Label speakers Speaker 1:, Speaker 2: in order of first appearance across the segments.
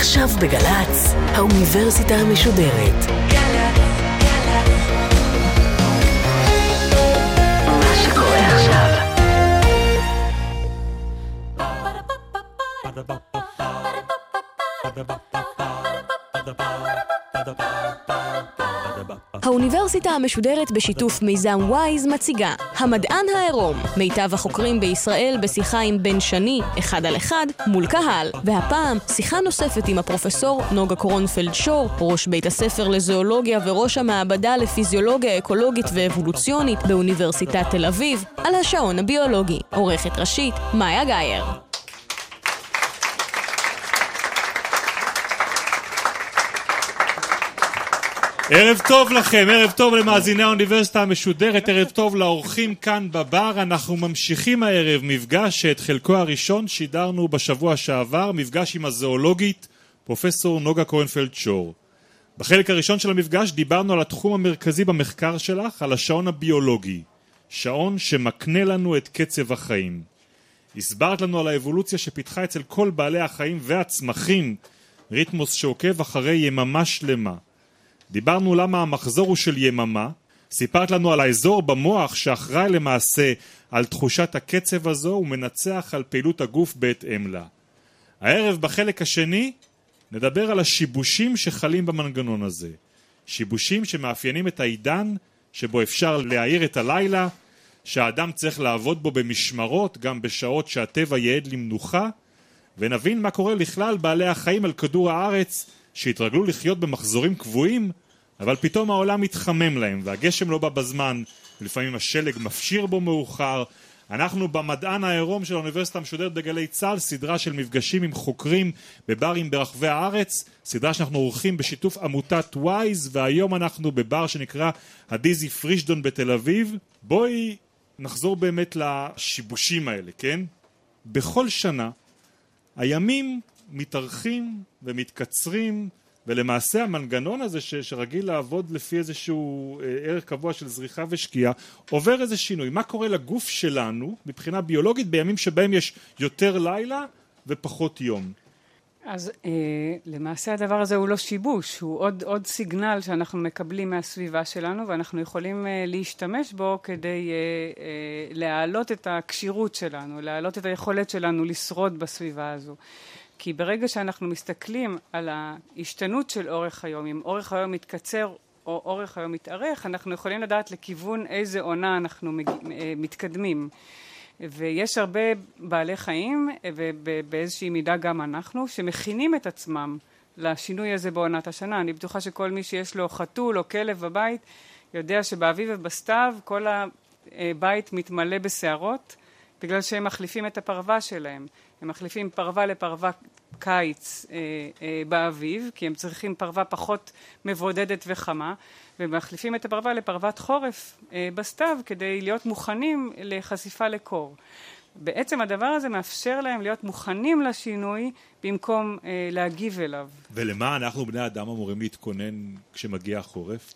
Speaker 1: עכשיו בגלץ, האוניברסיטה המשודרת. מה שקורה עכשיו. האוניברסיטה המשודרת בשיתוף מיזם וויז מציגה המדען העירום, מיטב החוקרים בישראל בשיחה עם בן שני, אחד על אחד, מול קהל. והפעם שיחה נוספת עם הפרופסור נוגה קורנפלד שור, ראש בית הספר לזואולוגיה וראש המעבדה לפיזיולוגיה אקולוגית ואבולוציונית באוניברסיטת תל אביב, על השעון הביולוגי. עורכת ראשית, מאיה גייר.
Speaker 2: ערב טוב לכם, ערב טוב למאזיני האוניברסיטה המשודרת, ערב טוב לאורחים כאן בבר. אנחנו ממשיכים הערב מפגש שאת חלקו הראשון שידרנו בשבוע שעבר, מפגש עם הזואולוגית פרופסור נוגה קורנפלד שור. בחלק הראשון של המפגש דיברנו על התחום המרכזי במחקר שלך, על השעון הביולוגי, שעון שמקנה לנו את קצב החיים. הסברת לנו על האבולוציה שפיתחה אצל כל בעלי החיים והצמחים ריתמוס שעוקב אחרי יממה שלמה. דיברנו למה המחזור הוא של יממה, סיפרת לנו על האזור במוח שאחראי למעשה על תחושת הקצב הזו ומנצח על פעילות הגוף בהתאם לה. הערב בחלק השני נדבר על השיבושים שחלים במנגנון הזה. שיבושים שמאפיינים את העידן שבו אפשר להאיר את הלילה, שהאדם צריך לעבוד בו במשמרות גם בשעות שהטבע יעד למנוחה, ונבין מה קורה לכלל בעלי החיים על כדור הארץ שהתרגלו לחיות במחזורים קבועים, אבל פתאום העולם מתחמם להם והגשם לא בא בזמן, ולפעמים השלג מפשיר בו מאוחר. אנחנו במדען העירום של האוניברסיטה המשודרת בגלי צה"ל, סדרה של מפגשים עם חוקרים בברים ברחבי הארץ, סדרה שאנחנו עורכים בשיתוף עמותת וויז, והיום אנחנו בבר שנקרא הדיזי פרישדון בתל אביב. בואי נחזור באמת לשיבושים האלה, כן? בכל שנה הימים מתארכים ומתקצרים, ולמעשה המנגנון הזה שרגיל לעבוד לפי איזשהו ערך קבוע של זריחה ושקיעה, עובר איזה שינוי. מה קורה לגוף שלנו מבחינה ביולוגית בימים שבהם יש יותר לילה ופחות יום?
Speaker 3: אז למעשה הדבר הזה הוא לא שיבוש, הוא עוד סיגנל שאנחנו מקבלים מהסביבה שלנו, ואנחנו יכולים להשתמש בו כדי להעלות את הקשירות שלנו, להעלות את היכולת שלנו לשרוד בסביבה הזו. כי ברגע שאנחנו מסתכלים על ההשתנות של אורך היום, אם אורך היום מתקצר או אורך היום מתארך, אנחנו יכולים לדעת לכיוון איזה עונה אנחנו מתקדמים. ויש הרבה בעלי חיים, ובאיזושהי מידה גם אנחנו, שמכינים את עצמם לשינוי הזה בעונת השנה. אני בטוחה שכל מי שיש לו חתול או כלב בבית, יודע שבאביב ובסתיו כל הבית מתמלא בשערות, בגלל שהם מחליפים את הפרווה שלהם. הם מחליפים פרווה לפרווה קיץ באביב, כי הם צריכים פרווה פחות מבודדת וחמה, ומחליפים את הפרווה לפרוות חורף בסתיו, כדי להיות מוכנים לחשיפה לקור. בעצם הדבר הזה מאפשר להם להיות מוכנים לשינוי, במקום להגיב אליו. ולמה
Speaker 2: אנחנו בני אדם אמורים להתכונן כשמגיע החורף?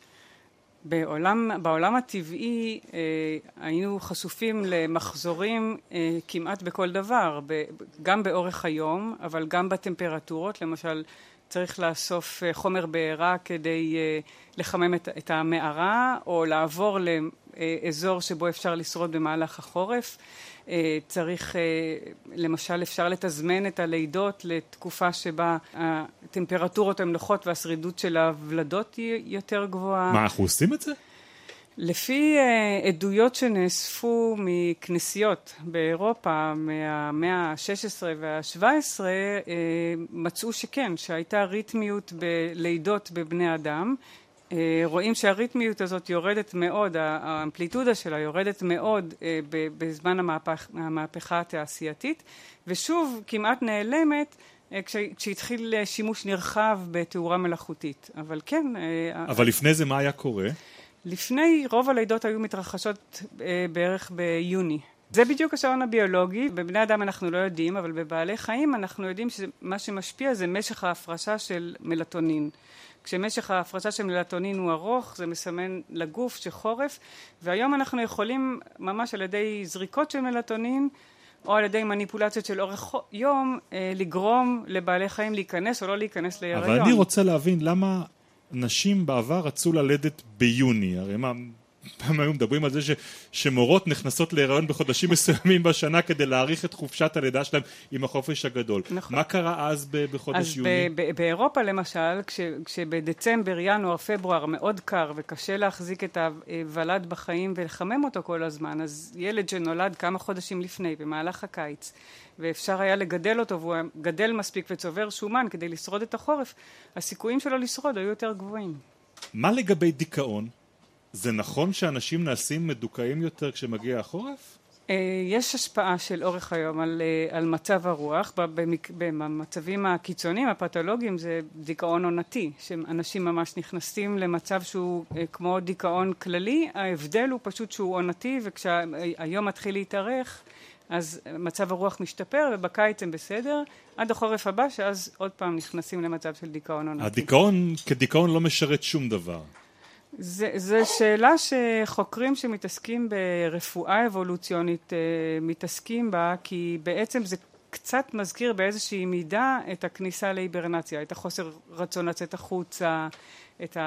Speaker 3: בעולם הטבעי היינו חשופים למחזורים כמעט בכל דבר, גם באורך היום, אבל גם בטמפרטורות. למשל, צריך לאסוף חומר בעירה כדי לחמם את המערה, או לעבור לאזור שבו אפשר לשרוד במהלך החורף. צריך, למשל, אפשר לתזמן את הלידות לתקופה שבה הטמפרטורות הן נוחות והשרידות של הוולדות היא יותר גבוהה.
Speaker 2: מה, אנחנו עושים את זה?
Speaker 3: לפי עדויות שנאספו מכנסיות באירופה מהמאה ה-16 וה-17, מצאו שכן, שהייתה ריתמיות בלידות בבני אדם. רואים שהריתמיות הזאת יורדת מאוד, האמפליטודה שלה יורדת מאוד בזמן המהפכה התעשייתית, ושוב כמעט נעלמת כשהתחיל שימוש נרחב בתאורה מלאכותית. אבל כן...
Speaker 2: אבל לפני זה מה היה קורה?
Speaker 3: לפני רוב הלידות היו מתרחשות בערך ביוני. זה בדיוק השעון הביולוגי. בבני אדם אנחנו לא יודעים, אבל בבעלי חיים אנחנו יודעים שמה שמשפיע זה משך ההפרשה של מלטונין. כשמשך ההפרשה של מלטונין הוא ארוך, זה מסמן לגוף שחורף, והיום אנחנו יכולים ממש על ידי זריקות של מלטונין, או על ידי מניפולציות של אורך יום, לגרום לבעלי חיים להיכנס או לא להיכנס להיריון.
Speaker 2: אבל אני רוצה להבין למה נשים בעבר רצו ללדת ביוני. הרי מה, פעם היו מדברים על זה שמורות נכנסות להיריון בחודשים מסוימים בשנה כדי להאריך את חופשת הלידה שלהם עם החופש הגדול. נכון. מה קרה אז בחודש יוני?
Speaker 3: אז באירופה למשל, כשבדצמבר, ינואר, פברואר מאוד קר וקשה להחזיק את הוולד בחיים ולחמם אותו כל הזמן, אז ילד שנולד כמה חודשים לפני במהלך הקיץ, ואפשר היה לגדל אותו והוא גדל מספיק וצובר שומן כדי לשרוד את החורף, הסיכויים שלו לשרוד היו יותר גבוהים.
Speaker 2: מה לגבי דיכאון? זה נכון שאנשים נעשים מדוכאים יותר כשמגיע החורף?
Speaker 3: יש השפעה של אורך היום על מצב הרוח. במצבים הקיצוניים, הפתולוגיים, זה דיכאון עונתי, שאנשים ממש נכנסים למצב שהוא כמו דיכאון כללי. ההבדל הוא פשוט שהוא עונתי, וכשהיום מתחיל להתארך, אז מצב הרוח משתפר, ובקיץ הם בסדר, עד החורף הבא, שאז עוד פעם נכנסים למצב של דיכאון עונתי.
Speaker 2: הדיכאון כדיכאון לא משרת שום דבר.
Speaker 3: זה שאלה שחוקרים שמתעסקים ברפואה אבולוציונית מתעסקים בה, כי בעצם זה קצת מזכיר באיזושהי מידה את הכניסה להיברנציה, את החוסר רצון לצאת החוצה, את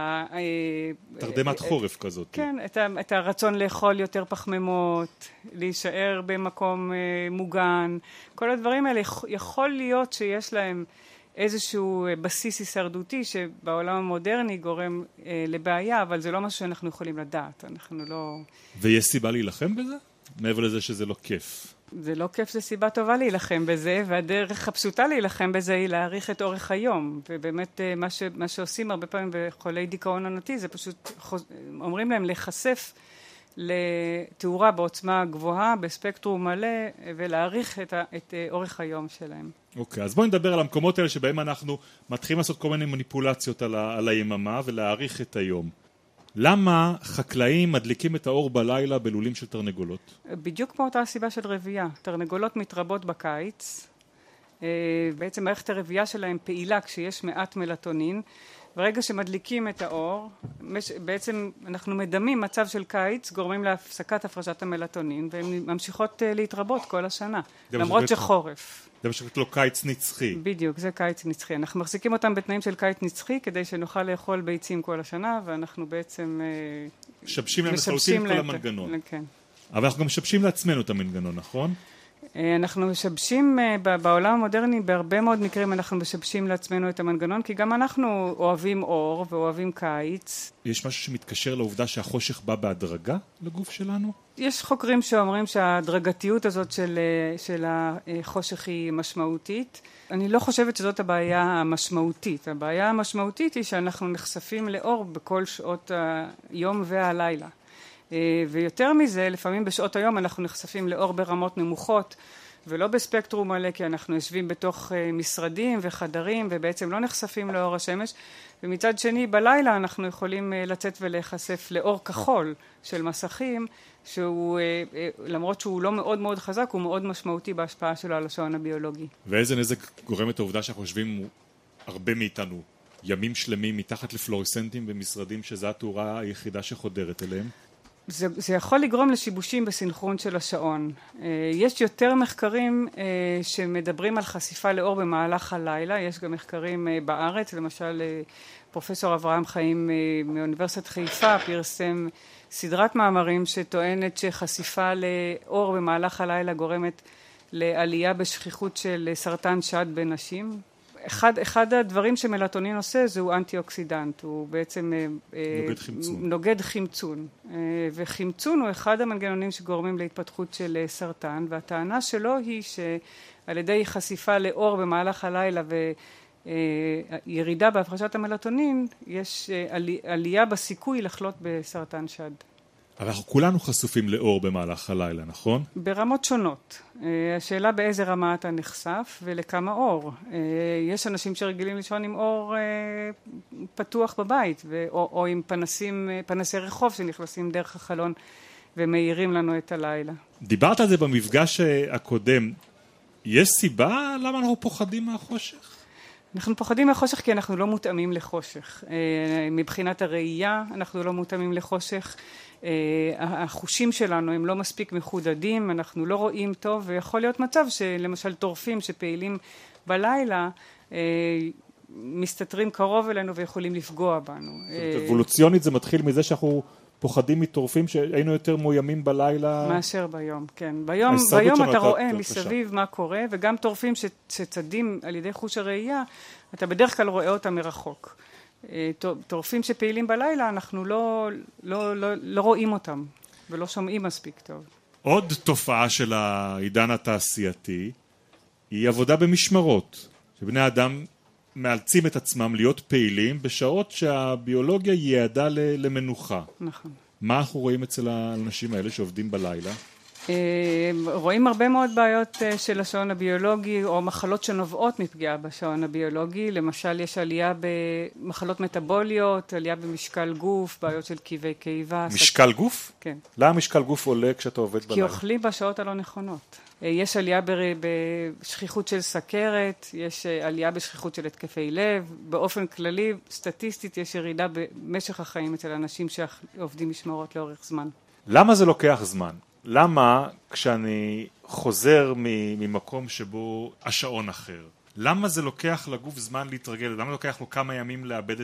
Speaker 2: תרדמת חורף כזאת.
Speaker 3: כן, את הרצון לאכול יותר פחמימות, להישאר במקום מוגן, כל הדברים האלה יכול להיות שיש להם איזשהו בסיס הישרדותי שבעולם המודרני גורם לבעיה, אבל זה לא משהו שאנחנו יכולים לדעת, אנחנו לא...
Speaker 2: ויש סיבה להילחם בזה? מעבר לזה שזה לא כיף.
Speaker 3: זה לא כיף, זה סיבה טובה להילחם בזה, והדרך הפשוטה להילחם בזה היא להאריך את אורך היום, ובאמת מה שעושים הרבה פעמים בחולי דיכאון עונתי, זה פשוט אומרים להם לחשף לתאורה בעוצמה גבוהה, בספקטרום מלא, ולהאריך את אורך היום שלהם.
Speaker 2: אוקיי, אז בואו נדבר על המקומות האלה שבהם אנחנו מתחילים לעשות כל מיני מניפולציות על היממה ולהאריך את היום. למה חקלאים מדליקים את האור בלילה בלולים של תרנגולות?
Speaker 3: בדיוק כמו אותה הסיבה של רבייה. תרנגולות מתרבות בקיץ, בעצם מערכת הרבייה שלהם פעילה כשיש מעט מלטונין, ברגע שמדליקים את האור, בעצם אנחנו מדמים מצב של קיץ, גורמים להפסקת הפרשת המלטונין, והן ממשיכות להתרבות כל השנה, למרות שחורף.
Speaker 2: זה משקת לו קיץ נצחי.
Speaker 3: בדיוק, זה קיץ נצחי. אנחנו מחזיקים אותם בתנאים של קיץ נצחי, כדי שנוכל לאכול ביצים כל השנה, ואנחנו בעצם
Speaker 2: משבשים להם לחלוטין כל המנגנון.
Speaker 3: כן.
Speaker 2: אבל אנחנו גם משבשים לעצמנו את המנגנון, נכון?
Speaker 3: אנחנו משבשים בעולם המודרני, בהרבה מאוד מקרים אנחנו משבשים לעצמנו את המנגנון, כי גם אנחנו אוהבים אור ואוהבים קיץ.
Speaker 2: יש משהו שמתקשר לעובדה שהחושך בא בהדרגה לגוף שלנו?
Speaker 3: יש חוקרים שאומרים שההדרגתיות הזאת של החושך היא משמעותית. אני לא חושבת שזאת הבעיה המשמעותית. הבעיה המשמעותית היא שאנחנו נחשפים לאור בכל שעות היום והלילה. ויותר מזה, לפעמים בשעות היום אנחנו נחשפים לאור ברמות נמוכות, ולא בספקטרום מלא, כי אנחנו יושבים בתוך משרדים וחדרים, ובעצם לא נחשפים לאור השמש. ומצד שני, בלילה אנחנו יכולים לצאת ולהיחשף לאור כחול של מסכים, שהוא, למרות שהוא לא מאוד מאוד חזק, הוא מאוד משמעותי בהשפעה שלו על השעון הביולוגי.
Speaker 2: ואיזה נזק גורמת העובדה שאנחנו חושבים הרבה מאיתנו, ימים שלמים מתחת לפלורסנטים במשרדים שזו התאורה היחידה שחודרת אליהם?
Speaker 3: זה יכול לגרום לשיבושים בסינכרון של השעון. יש יותר מחקרים שמדברים על חשיפה לאור במהלך הלילה, יש גם מחקרים בארץ, למשל פרופסור אברהם חיים מאוניברסיטת חיפה פרסם סדרת מאמרים שטוענת שחשיפה לאור במהלך הלילה גורמת לעלייה בשכיחות של סרטן שד בנשים. אחד הדברים שמלטונין עושה זהו אנטי-אוקסידנט, הוא בעצם נוגד חמצון, וחמצון הוא אחד המנגנונים שגורמים להתפתחות של סרטן, והטענה שלו היא שעל ידי חשיפה לאור במהלך הלילה וירידה בהפרשת המלטונין, יש עלייה בסיכוי לחלות בסרטן שד.
Speaker 2: אבל אנחנו כולנו חשופים לאור במהלך הלילה, נכון? ברמות
Speaker 3: שונות. השאלה באיזה רמה אתה נחשף ולכמה אור. יש אנשים שרגילים לישון עם אור פתוח בבית, או עם פנסי רחוב שנכנסים דרך החלון ומאירים לנו את הלילה.
Speaker 2: דיברת על זה במפגש הקודם. יש סיבה למה אנחנו פוחדים מהחושך?
Speaker 3: אנחנו פוחדים מחושך כי אנחנו לא מותאמים לחושך. מבחינת הראייה אנחנו לא מותאמים לחושך. החושים שלנו הם לא מספיק מחודדים, אנחנו לא רואים טוב, ויכול להיות מצב שלמשל טורפים שפעילים בלילה מסתתרים קרוב אלינו ויכולים לפגוע בנו.
Speaker 2: אבולוציונית זה מתחיל מזה שאנחנו פוחדים מטורפים שהיינו יותר מאוימים בלילה
Speaker 3: מאשר ביום, כן. ביום אתה רואה מסביב מה קורה, וגם טורפים שצדים על ידי חוש הראייה, אתה בדרך כלל רואה אותם מרחוק. טורפים שפעילים בלילה, אנחנו לא רואים אותם, ולא שומעים מספיק טוב.
Speaker 2: עוד תופעה של העידן התעשייתי, היא עבודה במשמרות, שבני האדם מאלצים את עצמם להיות פעילים בשעות שהביולוגיה ייעדה למנוחה.
Speaker 3: נכון.
Speaker 2: מה אנחנו רואים אצל האנשים האלה שעובדים בלילה?
Speaker 3: רואים הרבה מאוד בעיות של השעון הביולוגי, או מחלות שנובעות מפגיעה בשעון הביולוגי. למשל, יש עלייה במחלות מטאבוליות, עלייה במשקל גוף, בעיות של כאבי קיבה.
Speaker 2: משקל גוף?
Speaker 3: כן.
Speaker 2: למה משקל גוף עולה כשאתה עובד בלילה?
Speaker 3: כי אוכלים בשעות הלא נכונות. יש עלייה בשכיחות של סכרת, יש עלייה בשכיחות של התקפי לב. באופן כללי, סטטיסטית, יש ירידה במשך החיים אצל אנשים שעובדים משמרות לאורך זמן.
Speaker 2: למה זה לוקח זמן? למה כשאני חוזר ממקום שבו השעון אחר, למה זה לוקח לגוף זמן להתרגל? למה לוקח לו כמה ימים לאבד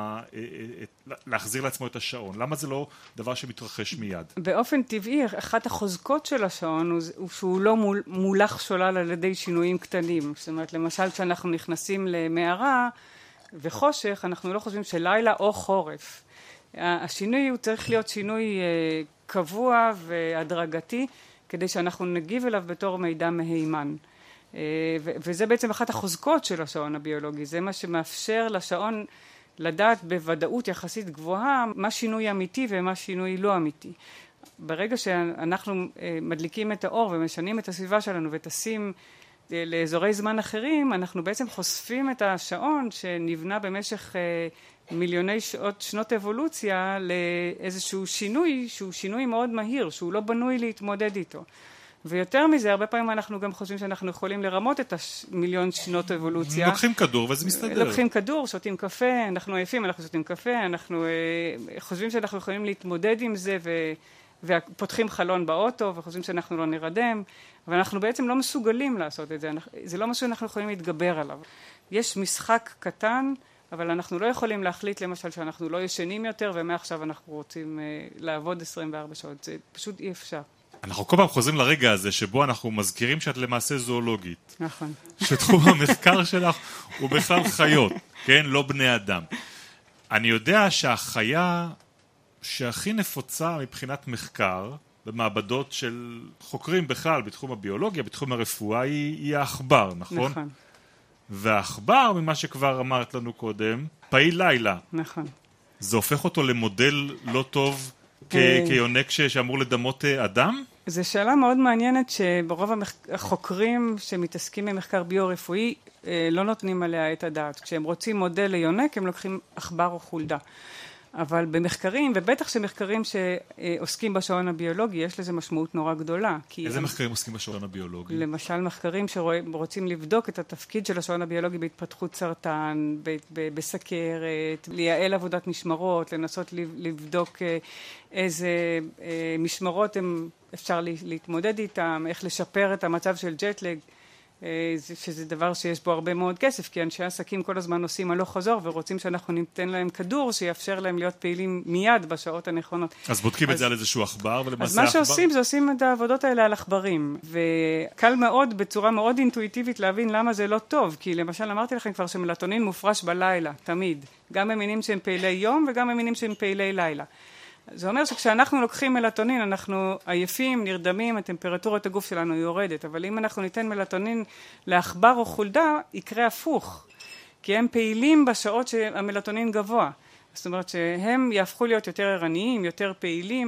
Speaker 2: להחזיר לעצמו את השעון? למה זה לא דבר שמתרחש מיד?
Speaker 3: באופן טבעי, אחת החוזקות של השעון הוא שהוא לא מולך שולל על ידי שינויים קטנים. זאת אומרת, למשל, כשאנחנו נכנסים למערה וחושך, אנחנו לא חושבים שלילה או חורף. השינוי הוא צריך להיות שינוי קבוע והדרגתי, כדי שאנחנו נגיב אליו בתור מידע מהימן. וזה בעצם אחת החוזקות של השעון הביולוגי. זה מה שמאפשר לשעון לדעת בוודאות יחסית גבוהה מה שינוי אמיתי ומה שינוי לא אמיתי. ברגע שאנחנו מדליקים את האור ומשנים את הסביבה שלנו וטסים לאזורי זמן אחרים, אנחנו בעצם חושפים את השעון שנבנה במשך מיליוני שנות אבולוציה לאיזשהו שינוי שהוא שינוי מאוד מהיר, שהוא לא בנוי להתמודד איתו. ויותר מזה, הרבה פעמים אנחנו גם חושבים שאנחנו יכולים לרמות את מיליון שנות אבולוציה.
Speaker 2: לוקחים כדור וזה מסתדר.
Speaker 3: לוקחים כדור, שותים קפה, אנחנו עייפים, אנחנו שותים קפה, אנחנו חושבים שאנחנו יכולים להתמודד עם זה ופותחים חלון באוטו וחושבים שאנחנו לא נרדם, אבל אנחנו בעצם לא מסוגלים לעשות את זה. זה לא משהו שאנחנו יכולים להתגבר עליו. יש משחק קטן, אבל אנחנו לא יכולים להחליט למשל שאנחנו לא ישנים יותר ומעכשיו אנחנו רוצים לעבוד 24 שעות. זה פשוט אי אפשר.
Speaker 2: אנחנו כל פעם חוזרים לרגע הזה שבו אנחנו מזכירים שאת למעשה זואולוגית.
Speaker 3: נכון.
Speaker 2: שתחום המחקר שלך הוא בכלל חיות, כן? לא בני אדם. אני יודע שהחיה שהכי נפוצה מבחינת מחקר במעבדות של חוקרים בכלל בתחום הביולוגיה, בתחום הרפואה, היא העכבר, נכון?
Speaker 3: נכון.
Speaker 2: והעכבר, ממה שכבר אמרת לנו קודם, פעיל לילה.
Speaker 3: נכון.
Speaker 2: זה הופך אותו למודל לא טוב כיונק שאמור לדמות אדם?
Speaker 3: זו שאלה מאוד מעניינת שברוב החוקרים שמתעסקים במחקר ביו-רפואי לא נותנים עליה את הדעת. כשהם רוצים מודל ליונק הם לוקחים עכבר או חולדה. אבל במחקרים, ובטח שמחקרים שעוסקים בשעון הביולוגי, יש לזה משמעות נורא גדולה.
Speaker 2: איזה מחקרים עוסקים בשעון הביולוגי?
Speaker 3: למשל מחקרים שרוצים לבדוק את התפקיד של השעון הביולוגי בהתפתחות סרטן, בסכרת, לייעל עבודת משמרות, לנסות לבדוק איזה משמרות אפשר להתמודד איתם, איך לשפר את המצב של ג'טלג, שזה דבר שיש בו הרבה מאוד כסף, כי אנשי עסקים כל הזמן עושים הלוך חזור, ורוצים שאנחנו ניתן להם כדור שיאפשר להם להיות פעילים מיד בשעות הנכונות.
Speaker 2: אז בודקים את זה על איזשהו עכבר, ולמעשה
Speaker 3: אז מה שעושים זה עושים את העבודות האלה על עכברים, וקל מאוד, בצורה מאוד אינטואיטיבית להבין למה זה לא טוב, כי למשל אמרתי לכם כבר שמלטונין מופרש בלילה, תמיד, גם במינים שהם פעילי יום וגם במינים שהם פעילי לילה. זה אומר שכשאנחנו לוקחים מלטונין, אנחנו עייפים, נרדמים, הטמפרטורת הגוף שלנו יורדת, אבל אם אנחנו ניתן מלטונין לעכבר או חולדה, יקרה הפוך, כי הם פעילים בשעות שהמלטונין גבוה. זאת אומרת שהם יהפכו להיות יותר ערניים, יותר פעילים,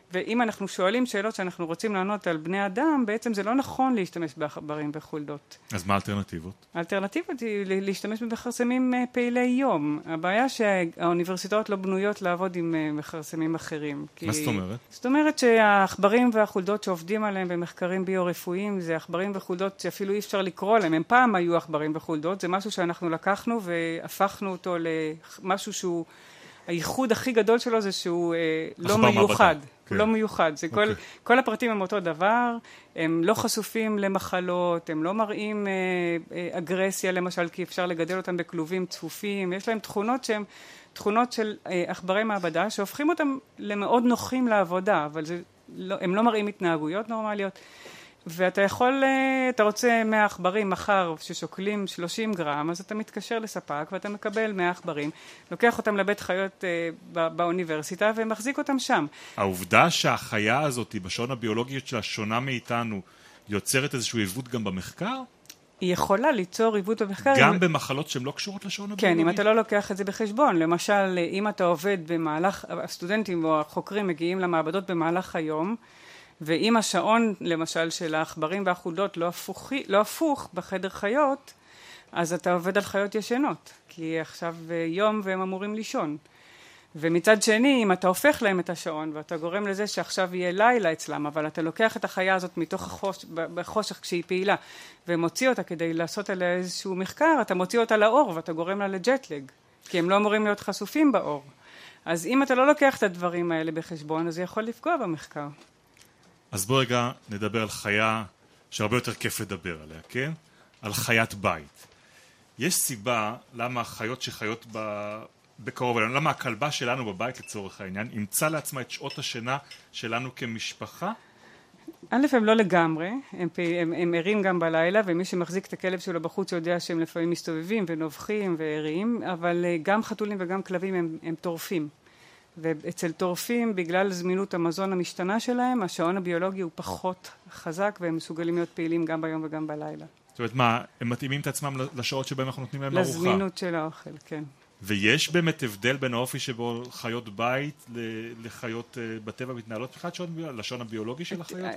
Speaker 3: ואם אנחנו שואלים שאלות שאנחנו רוצים לענות על בני אדם, בעצם זה לא נכון להשתמש בעכברים וחולדות.
Speaker 2: אז מה האלטרנטיבות?
Speaker 3: האלטרנטיבות היא להשתמש במכרסמים פעילי יום. הבעיה שהאוניברסיטאות לא בנויות לעבוד עם מכרסמים אחרים.
Speaker 2: מה זאת אומרת?
Speaker 3: זאת אומרת שהעכברים והחולדות שעובדים עליהם במחקרים ביו-רפואיים, זה עכברים וחולדות שאפילו אי אפשר לקרוא להם. הם פעם היו עכברים וחולדות, זה משהו שאנחנו לקחנו והפכנו אותו למשהו שהוא... הייחוד הכי גדול שלו זה שהוא לא מיוחד. הוא לא מיוחד. כל הפרטים הם אותו דבר, הם לא חשופים למחלות, הם לא מראים אגרסיה למשל, כי אפשר לגדל אותם בכלובים צפופים, יש להם תכונות שהן תכונות של עכברי מעבדה, שהופכים אותם למאוד נוחים לעבודה, אבל הם לא מראים התנהגויות נורמליות. ואתה יכול, אתה רוצה 100 עכברים מחר ששוקלים 30 גרם, אז אתה מתקשר לספק ואתה מקבל 100 עכברים, לוקח אותם לבית חיות באוניברסיטה ומחזיק אותם שם.
Speaker 2: העובדה שהחיה הזאת בשעון הביולוגיות שלה שונה מאיתנו, יוצרת איזשהו עיוות גם במחקר?
Speaker 3: היא יכולה ליצור עיוות במחקר.
Speaker 2: גם במחלות שהן לא קשורות לשעון הביולוגי?
Speaker 3: כן, אם אתה לא לוקח את זה בחשבון. למשל, אם אתה עובד במהלך, הסטודנטים או החוקרים מגיעים למעבדות במהלך היום, ואם השעון, למשל, של העכברים והחולדות לא הפוך בחדר חיות, אז אתה עובד על חיות ישנות, כי עכשיו יום והם אמורים לישון. ומצד שני, אם אתה הופך להם את השעון, ואתה גורם לזה שעכשיו יהיה לילה אצלם, אבל אתה לוקח את החיה הזאת מתוך בחושך כשהיא פעילה, ומוציא אותה כדי לעשות עליה איזשהו מחקר, אתה מוציא אותה לאור, ואתה גורם לה לג'טלג, כי הם לא אמורים להיות חשופים באור. אז אם אתה לא לוקח את הדברים האלה בחשבון, אז זה יכול לפגוע במחקר.
Speaker 2: אז בוא רגע נדבר על חיה שהרבה יותר כיף לדבר עליה, כן? על חיית בית. יש סיבה למה החיות שחיות בקרוב אלינו, למה הכלבה שלנו בבית לצורך העניין, ימצא לעצמה את שעות השינה שלנו כמשפחה?
Speaker 3: א', הם לא לגמרי, הם ערים גם בלילה, ומי שמחזיק את הכלב שלו בחוץ יודע שהם לפעמים מסתובבים ונובחים וערים, אבל גם חתולים וגם כלבים הם טורפים. ואצל טורפים, בגלל זמינות המזון המשתנה שלהם, השעון הביולוגי הוא פחות חזק, והם מסוגלים להיות פעילים גם ביום וגם בלילה.
Speaker 2: זאת אומרת, מה, הם מתאימים את עצמם לשעות שבהם אנחנו נותנים להם ארוחה?
Speaker 3: לזמינות של האוכל, כן.
Speaker 2: ויש באמת הבדל בין האופי שבו חיות בית לחיות בטבע מתנהלות מבחינת לשעון הביולוגי של החיות?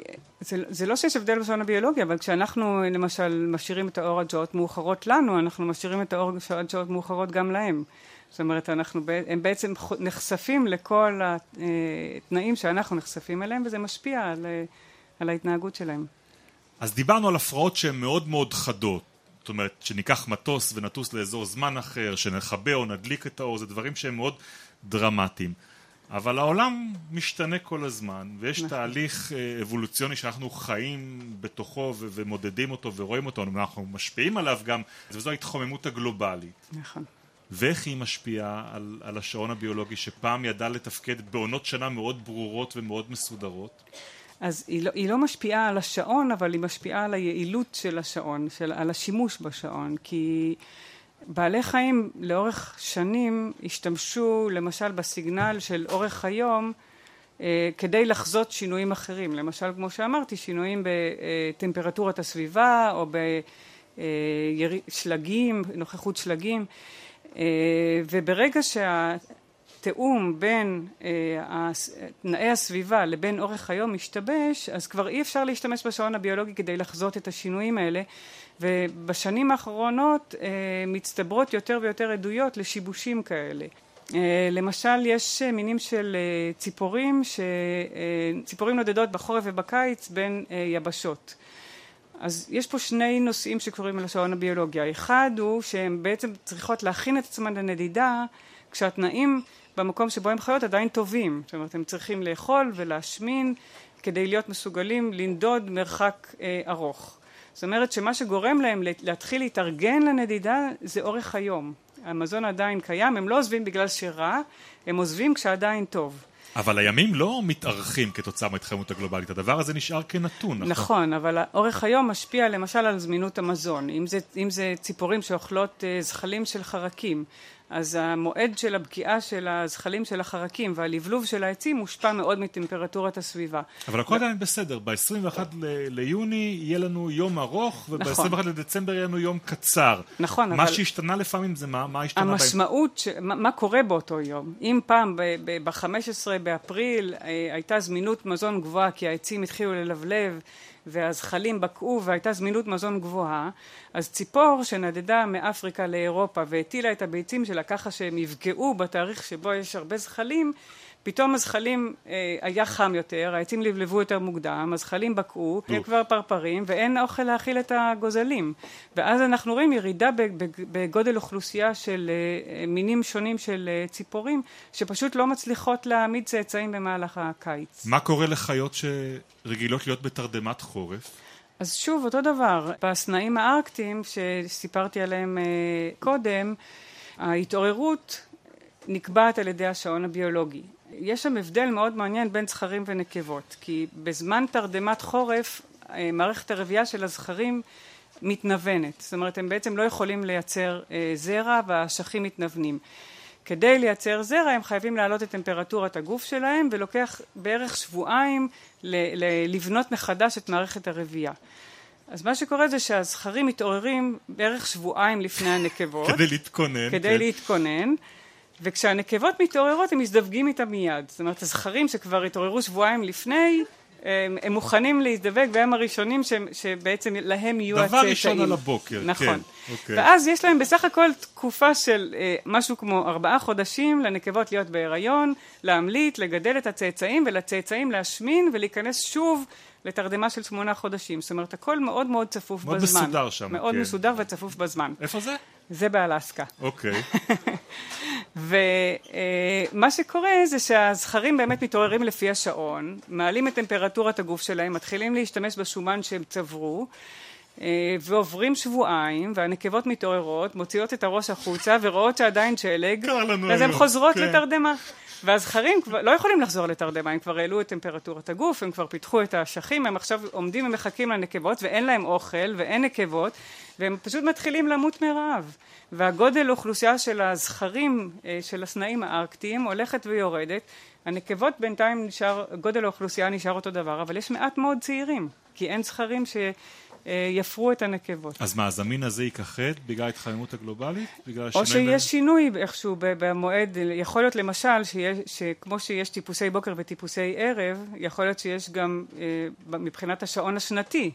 Speaker 3: זה לא שיש הבדל בשעון הביולוגי, אבל כשאנחנו למשל משאירים את האור עד שעות מאוחרות לנו, אנחנו משאירים את האור עד שעות מאוחרות גם להם. זאת אומרת, הם בעצם נחשפים לכל התנאים שאנחנו נחשפים אליהם, וזה משפיע על ההתנהגות שלהם.
Speaker 2: אז דיברנו על הפרעות שהן מאוד מאוד חדות. זאת אומרת, שניקח מטוס ונטוס לאזור זמן אחר, שנחבא או נדליק את האור, זה דברים שהם מאוד דרמטיים. אבל העולם משתנה כל הזמן, ויש תהליך אבולוציוני שאנחנו חיים בתוכו ומודדים אותו ורואים אותו, אנחנו משפיעים עליו גם, וזו ההתחוממות הגלובלית.
Speaker 3: נכון.
Speaker 2: ואיך היא משפיעה על השעון הביולוגי שפעם ידע לתפקד בעונות שנה מאוד ברורות ומאוד מסודרות?
Speaker 3: אז היא לא משפיעה על השעון, אבל היא משפיעה על היעילות של השעון, על השימוש בשעון, כי בעלי חיים לאורך שנים השתמשו למשל בסיגנל של אורך היום כדי לחזות שינויים אחרים. למשל, כמו שאמרתי, שינויים בטמפרטורת הסביבה או בשלגים, נוכחות שלגים, וברגע שהתאום בין תנאי הסביבה לבין אורך היום משתבש, אז כבר אי אפשר להשתמש בשעון הביולוגי כדי לחזות את השינויים האלה, ובשנים האחרונות מצטברות יותר ויותר עדויות לשיבושים כאלה. למשל, יש מינים של ציפורים, ציפורים נודדות בחורף ובקיץ בין יבשות. אז יש פה שני נושאים שקוראים לשעון הביולוגיה. אחד הוא שהן בעצם צריכות להכין את עצמן לנדידה, כשהתנאים במקום שבו הם חיות עדיין טובים. זאת אומרת, הם צריכים לאכול ולהשמין כדי להיות מסוגלים לנדוד מרחק ארוך. זאת אומרת שמה שגורם להם להתחיל להתארגן לנדידה זה אורך היום. המזון עדיין קיים, הם לא עוזבים בגלל שרע, הם עוזבים כשעדיין טוב.
Speaker 2: אבל הימים לא מתארכים כתוצאה מההתחממות הגלובלית, הדבר הזה נשאר כנתון.
Speaker 3: נכון, אבל אורך היום משפיע למשל על זמינות המזון. אם זה ציפורים שאוכלות זחלים של חרקים, אז המועד של הבקיעה של הזחלים של החרקים והלבלוב של העצים מושפע מאוד מטמפרטורת הסביבה.
Speaker 2: אבל הכל עדיין בסדר, ב-21 ליוני יהיה לנו יום ארוך, וב-21 לדצמבר יהיה לנו יום קצר.
Speaker 3: נכון, אבל...
Speaker 2: מה שהשתנה לפעמים זה מה השתנה בהם?
Speaker 3: המשמעות, מה קורה באותו יום? אם פעם ב-15 באפריל הייתה זמינות מזון גבוהה, כי העצים התחילו ללבלב, והזחלים בקעו והייתה זמינות מזון גבוהה, אז ציפור שנדדה מאפריקה לאירופה והטילה את הביצים שלה ככה שהם יפגעו בתאריך שבו יש הרבה זחלים, פתאום הזחלים היה חם יותר, העצים לבלבו יותר מוקדם, הזחלים בקעו, הם כבר פרפרים ואין אוכל להאכיל את הגוזלים. ואז אנחנו רואים ירידה בגודל אוכלוסייה של מינים שונים של ציפורים, שפשוט לא מצליחות להעמיד צאצאים במהלך הקיץ.
Speaker 2: מה קורה לחיות שרגילות להיות בתרדמת חורף?
Speaker 3: אז שוב, אותו דבר, בסנאים הארקטיים שסיפרתי עליהם קודם, ההתעוררות נקבעת על ידי השעון הביולוגי. יש שם הבדל מאוד מעניין בין זכרים ונקבות, כי בזמן תרדמת חורף, מערכת הרבייה של הזכרים מתנוונת. זאת אומרת, הם בעצם לא יכולים לייצר זרע והאשכים מתנוונים. כדי לייצר זרע הם חייבים להעלות את טמפרטורת הגוף שלהם, ולוקח בערך שבועיים לבנות מחדש את מערכת הרבייה. אז מה שקורה זה שהזכרים מתעוררים בערך שבועיים לפני הנקבות. כדי להתכונן. וכשהנקבות מתעוררות הם מזדווגים איתה מיד. זאת אומרת, הזכרים שכבר התעוררו שבועיים לפני, הם מוכנים להזדווג, והם הראשונים שבעצם להם יהיו הצאצאים.
Speaker 2: דבר ראשון על הבוקר.
Speaker 3: נכון.
Speaker 2: כן, אוקיי.
Speaker 3: ואז יש להם בסך הכל תקופה של משהו כמו 4 חודשים לנקבות להיות בהיריון, להמליט, לגדל את הצאצאים, ולצאצאים להשמין ולהיכנס שוב לתרדמה של 8 חודשים. זאת אומרת, הכל מאוד מאוד צפוף
Speaker 2: מאוד
Speaker 3: בזמן.
Speaker 2: מאוד מסודר שם.
Speaker 3: מאוד
Speaker 2: כן.
Speaker 3: מסודר וצפוף בזמן.
Speaker 2: איפה זה?
Speaker 3: זה באלסקה.
Speaker 2: אוקיי.
Speaker 3: ומה שקורה זה שהזכרים באמת מתעוררים לפי השעון, מעלים את טמפרטורת הגוף שלהם, מתחילים להשתמש בשומן שהם צברו, ועוברים שבועיים, והנקבות מתעוררות, מוציאות את הראש החוצה, ורואות שעדיין שלג, אז הן חוזרות לתרדמה. והזכרים לא יכולים לחזור לתרדמה, הם כבר העלו את טמפרטורת הגוף, הם כבר פיתחו את האשכים, הם עכשיו עומדים ומחכים לנקבות, ואין להם אוכל, ואין נקבות, והם פשוט מתחילים למות מרעב. והגודל האוכלוסייה של הזכרים של הסנאים הארקטיים הולכת ויורדת. הנקבות בינתיים גודל האוכלוסייה נשאר אותו דבר, אבל יש מעט מאוד צעירים, כי אין זכרים שיפרו את הנקבות.
Speaker 2: אז מה, הזמין הזה ייכחד בגלל ההתחממות הגלובלית?
Speaker 3: או שיש שינוי איכשהו במועד, יכול להיות למשל שכמו שיש טיפוסי בוקר וטיפוסי ערב, יכול להיות שיש גם מבחינת השעון השנתי,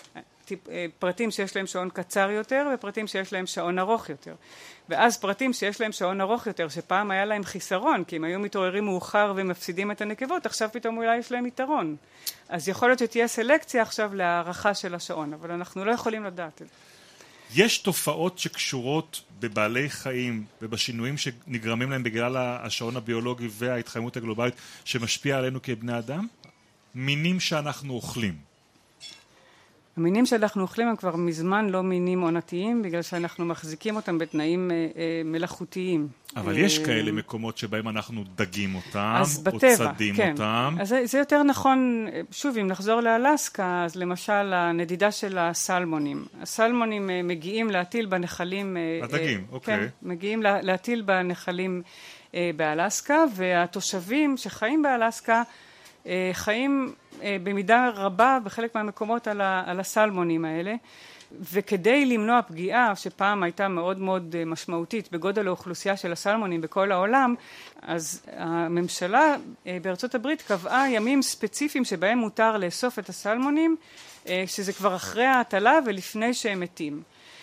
Speaker 3: פרטים שיש להם שעון קצר יותר ופרטים שיש להם שעון ארוך יותר. ואז פרטים שיש להם שעון ארוך יותר, שפעם היה להם חיסרון, כי הם היו מתעוררים מאוחר ומפסידים את הנקבות, עכשיו פתאום אולי יש להם יתרון. אז יכול להיות שתהיה סלקציה עכשיו להערכה של השעון, אבל אנחנו לא יכולים לדעת את זה.
Speaker 2: יש תופעות שקשורות בבעלי חיים ובשינויים שנגרמים להם בגלל השעון הביולוגי וההתחממות הגלובלית שמשפיע עלינו כבני אדם? מינים שאנחנו אוכלים.
Speaker 3: המינים שאנחנו אוכלים הם כבר מזמן לא מינים עונתיים, בגלל שאנחנו מחזיקים אותם בתנאים מלאכותיים.
Speaker 2: אבל יש כאלה מקומות שבהם אנחנו דגים אותם, או צדים
Speaker 3: כן.
Speaker 2: אותם.
Speaker 3: אז זה יותר נכון, שוב, אם נחזור לאלסקה, אז למשל הנדידה של הסלמונים. הסלמונים מגיעים להטיל בנחלים...
Speaker 2: הדגים, אוקיי.
Speaker 3: כן, מגיעים להטיל בנחלים באלסקה, והתושבים שחיים באלסקה, חיים במידה רבה בחלק מהמקומות על הסלמונים האלה, וכדי למנוע פגיעה שפעם הייתה מאוד מאוד משמעותית בגודל האוכלוסייה של הסלמונים בכל העולם, אז הממשלה בארצות הברית קבעה ימים ספציפיים שבהם מותר לאסוף את הסלמונים, שזה כבר אחרי ההטלה ולפני שהם מתים.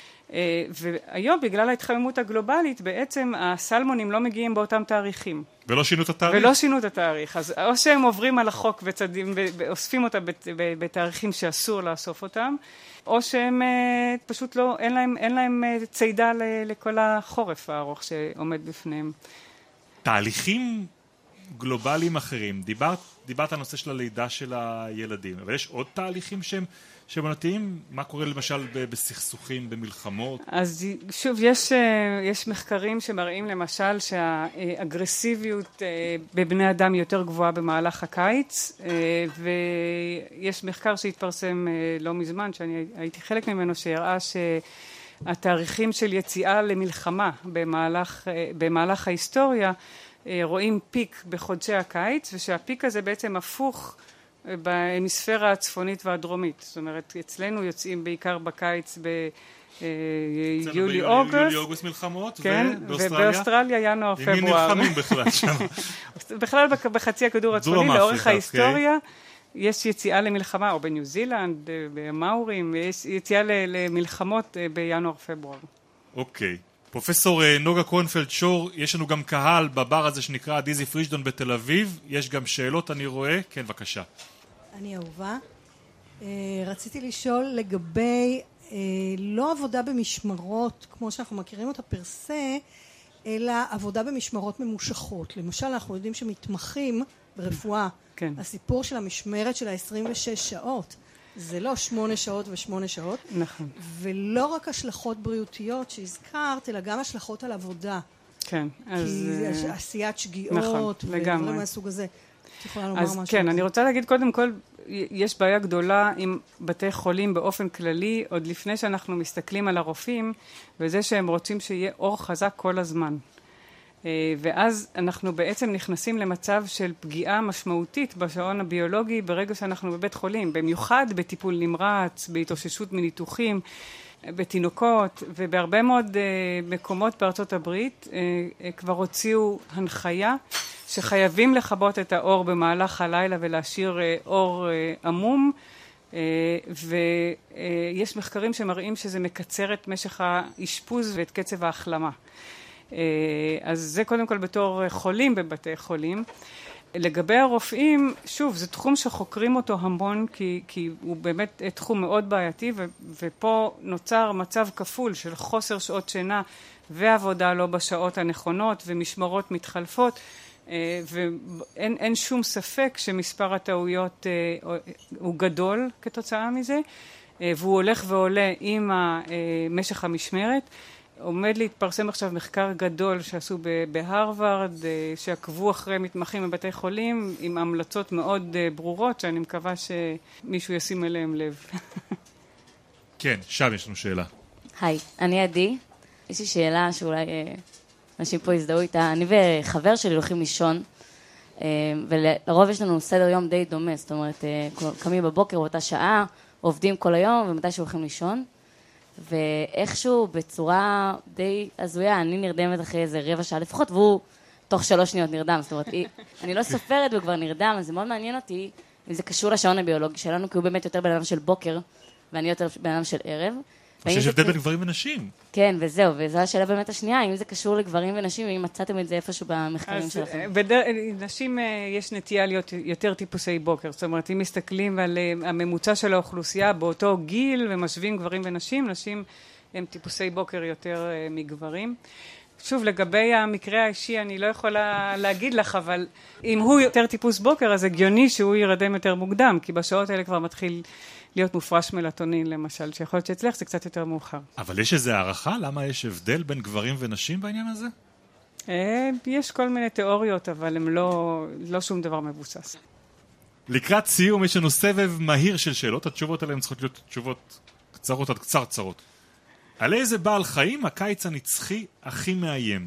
Speaker 3: והיום בגלל ההתחממות הגלובלית בעצם הסלמונים לא מגיעים באותם תאריכים.
Speaker 2: ולא שינו את התאריך?
Speaker 3: ולא שינו את התאריך. אז או שהם עוברים על החוק וצדים ואוספים אותם בתאריכים שאסור לאסוף אותם, או שהם פשוט לא, אין להם צידה לכל החורף הארוך שעומד בפניהם.
Speaker 2: תהליכים גלובליים אחרים, דיברת על הנושא של הלידה של הילדים, אבל יש עוד תהליכים שהם עונתיים? מה קורה למשל בסכסוכים, במלחמות?
Speaker 3: אז שוב, יש מחקרים שמראים למשל שהאגרסיביות בבני אדם יותר גבוהה במהלך הקיץ, ויש מחקר שהתפרסם לא מזמן, שאני הייתי חלק ממנו, שהראה התאריכים של יציאה למלחמה במהלך ההיסטוריה, רואים פיק בחודשי הקיץ, ושהפיק הזה בעצם הפוך בהמיספירה הצפונית והדרומית. זאת אומרת, אצלנו יוצאים בעיקר בקיץ
Speaker 2: יולי-אוגוסט מלחמות,
Speaker 3: ובאוסטרליה ינואר פברואר.
Speaker 2: עם מי נלחמים בכלל שם?
Speaker 3: בכלל בחצי הכדור הצפוני, לאורך ההיסטוריה, יש יציאה למלחמה, או בניו זילנד, במאורים, יש יציאה למלחמות בינואר פברואר.
Speaker 2: אוקיי. פרופסור נוגה קורנפלד שור, יש לנו גם קהל בבר הזה שנקרא דיזי פרישדון בתל אביב, יש גם שאלות אני רואה, כן בבקשה.
Speaker 4: אני אהובה, רציתי לשאול לגבי לא עבודה במשמרות כמו שאנחנו מכירים אותה פרסה, אלא עבודה במשמרות ממושכות. למשל אנחנו יודעים שמתמחים ברפואה, כן. הסיפור של המשמרת של ה-26 שעות, זה לא 8 שעות ו8 שעות,
Speaker 3: נכון.
Speaker 4: ולא רק השלכות בריאותיות שהזכרת, אלא גם השלכות על עבודה.
Speaker 3: כן.
Speaker 4: כי עשיית שגיאות,
Speaker 3: נכון,
Speaker 4: ודברים מהסוג הזה. את יכולה לומר משהו?
Speaker 3: אז כן, אני רוצה להגיד קודם כל, יש בעיה גדולה עם בתי חולים באופן כללי, עוד לפני שאנחנו מסתכלים על הרופאים, וזה שהם רוצים שיהיה אור חזק כל הזמן. ואז אנחנו בעצם נכנסים למצב של פגיעה משמעותית בשעון הביולוגי ברגע שאנחנו בבית חולים, במיוחד בטיפול נמרץ, בהתאוששות מניתוחים, בתינוקות, ובהרבה מאוד מקומות בארצות הברית כבר הוציאו הנחיה שחייבים לכבות את האור במהלך הלילה ולהשאיר אור עמום, ויש מחקרים שמראים שזה מקצר את משך האשפוז ואת קצב ההחלמה. אז זה קודם כל בתור חולים בבתי חולים. לגבי הרופאים, שוב, זה תחום שחוקרים אותו המון, כי הוא באמת תחום מאוד בעייתי, ופה נוצר מצב כפול של חוסר שעות שינה ועבודה לא בשעות הנכונות ומשמרות מתחלפות, ואין שום ספק שמספר הטעויות הוא גדול כתוצאה מזה, והוא הולך ועולה עם משך המשמרת. עומד להתפרסם עכשיו מחקר גדול שעשו בהרווארד, שעקבו אחרי מתמחים בבתי חולים עם המלצות מאוד ברורות, שאני מקווה שמישהו ישים אליהם לב.
Speaker 2: כן, שם יש לנו שאלה.
Speaker 5: היי, אני עדי. יש לי שאלה שאולי אנשים פה הזדהו איתה. אני וחבר שלי הולכים לישון, ולרוב יש לנו סדר יום די דומה, זאת אומרת, קמים בבוקר באותה שעה, עובדים כל היום, ומתי שהולכים לישון. ואיכשהו בצורה די הזויה, אני נרדמת אחרי איזה רבע שעה לפחות, והוא תוך 3 שניות נרדם. זאת אומרת, אני לא סופרת וכבר נרדם, אז זה מאוד מעניין אותי אם זה קשור לשעון הביולוגי שלנו, כי הוא באמת יותר בן אדם של בוקר, ואני יותר בן אדם של ערב.
Speaker 2: שיש הבדל בין גברים ונשים.
Speaker 5: כן, וזהו, וזו השאלה באמת השנייה, אם זה קשור לגברים ונשים, אם מצאתם את זה איפשהו במחקרים שלכם.
Speaker 3: נשים יש נטייה להיות יותר טיפוסי בוקר, זאת אומרת, אם מסתכלים על הממוצע של האוכלוסייה באותו גיל ומשווים גברים ונשים, נשים הם טיפוסי בוקר יותר מגברים. שוב, לגבי המקרה האישי אני לא יכולה להגיד לך, אבל אם הוא יותר טיפוס בוקר, אז הגיוני שהוא ירדם יותר מוקדם, כי בשעות האלה כבר מתחיל להיות מופרש מלטונין למשל, שיכול להיות שאצלך זה קצת יותר מאוחר.
Speaker 2: אבל יש איזו הערכה? למה יש הבדל בין גברים ונשים בעניין הזה?
Speaker 3: יש כל מיני תיאוריות, אבל הם לא שום דבר מבוסס.
Speaker 2: לקראת סיום יש לנו סבב מהיר של שאלות, התשובות עליהן צריכות להיות תשובות קצרות עד קצרות. על איזה בעל חיים הקיץ הנצחי הכי מאיים?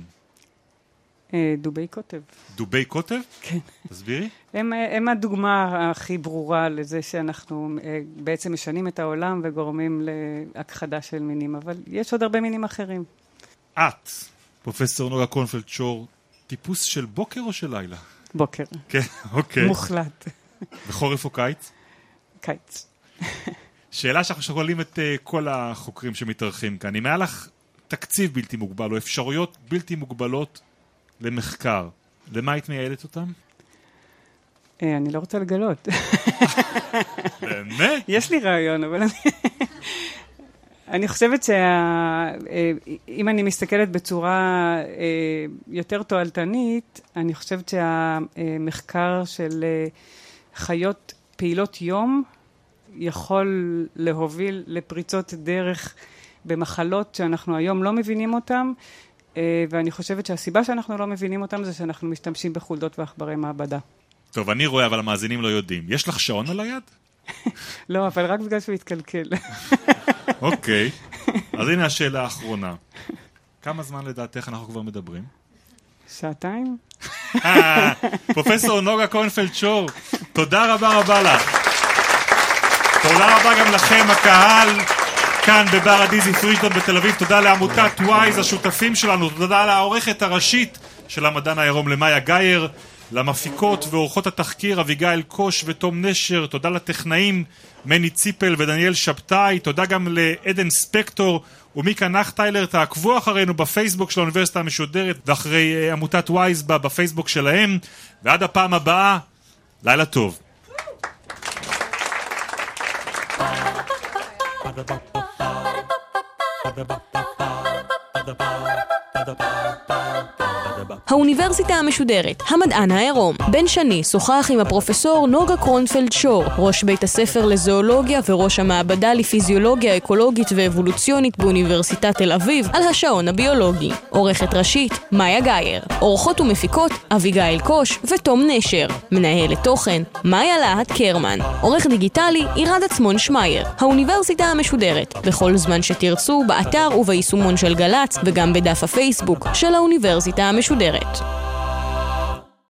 Speaker 3: דובי קוטב.
Speaker 2: דובי קוטב?
Speaker 3: כן.
Speaker 2: תסבירי.
Speaker 3: הם הדוגמה הכי ברורה לזה שאנחנו בעצם משנים את העולם וגורמים להכחדה של מינים, אבל יש עוד הרבה מינים אחרים.
Speaker 2: את, פרופסור נוגה קורנפלד שור, טיפוס של בוקר או של לילה?
Speaker 3: בוקר.
Speaker 2: כן, אוקיי.
Speaker 3: מוחלט.
Speaker 2: וחורף או קיץ?
Speaker 3: קיץ.
Speaker 2: שאלה שאנחנו שואלים את כל החוקרים שמתארחים כאן. אם היה לך תקציב בלתי מוגבל או אפשרויות בלתי מוגבלות למחקר, למה היית מייעדת אותם?
Speaker 3: אני לא רוצה לגלות.
Speaker 2: באמת?
Speaker 3: יש לי רעיון, אבל אני חושבת שאם אני מסתכלת בצורה יותר תועלתנית, אני חושבת שהמחקר של חיות פעילות יום יכול להוביל לפריצות דרך במחלות שאנחנו היום לא מבינים אותם, ואני חושבת שהסיבה שאנחנו לא מבינים אותם זה שאנחנו משתמשים בחולדות ועכברי מעבדה.
Speaker 2: טוב, אני רואה, אבל המאזינים לא יודעים. יש לך שעון על היד?
Speaker 3: לא, אבל רק בגלל שהוא התקלקל.
Speaker 2: אוקיי. אז הנה השאלה האחרונה. כמה זמן לדעתך אנחנו כבר מדברים?
Speaker 3: שעתיים?
Speaker 2: פרופסור נוגה קורנפלד-שור, תודה רבה לך. תודה רבה גם לכם, הקהל, כאן בבר הדיזי פרישטון בתל אביב. תודה לעמותת וויז, השותפים שלנו. תודה לעורכת הראשית של המדען העירום, למאיה גייר, למפיקות ועורכות התחקיר, אביגיל קוש ותום נשר. תודה לטכנאים, מני ציפל ודניאל שבתאי. תודה גם לעדן ספקטור ומיקה נחטיילר. תעקבו אחרינו בפייסבוק של האוניברסיטה המשודרת ואחרי עמותת וויז בפייסבוק שלהם. ועד הפעם הבאה, לילה טוב.
Speaker 1: האוניברסיטה המשודרת, המדען העירום. בן שני שוחח עם הפרופסור נוגה קורנפלד-שור, ראש בית הספר לזואולוגיה וראש המעבדה לפיזיולוגיה אקולוגית ואבולוציונית באוניברסיטת תל אביב, על השעון הביולוגי. עורכת ראשית, מאיה גייר. עורכות ומפיקות, אביגיל קוש ותום נשר. מנהלת תוכן, מאיה להט קרמן. עורך דיגיטלי, עירד עצמון שמייר. האוניברסיטה המשודרת, בכל זמן שתרצו, באתר וביישומון של גלץ, וגם בדף הפייסבוק של האוניברסיטה המשודרת.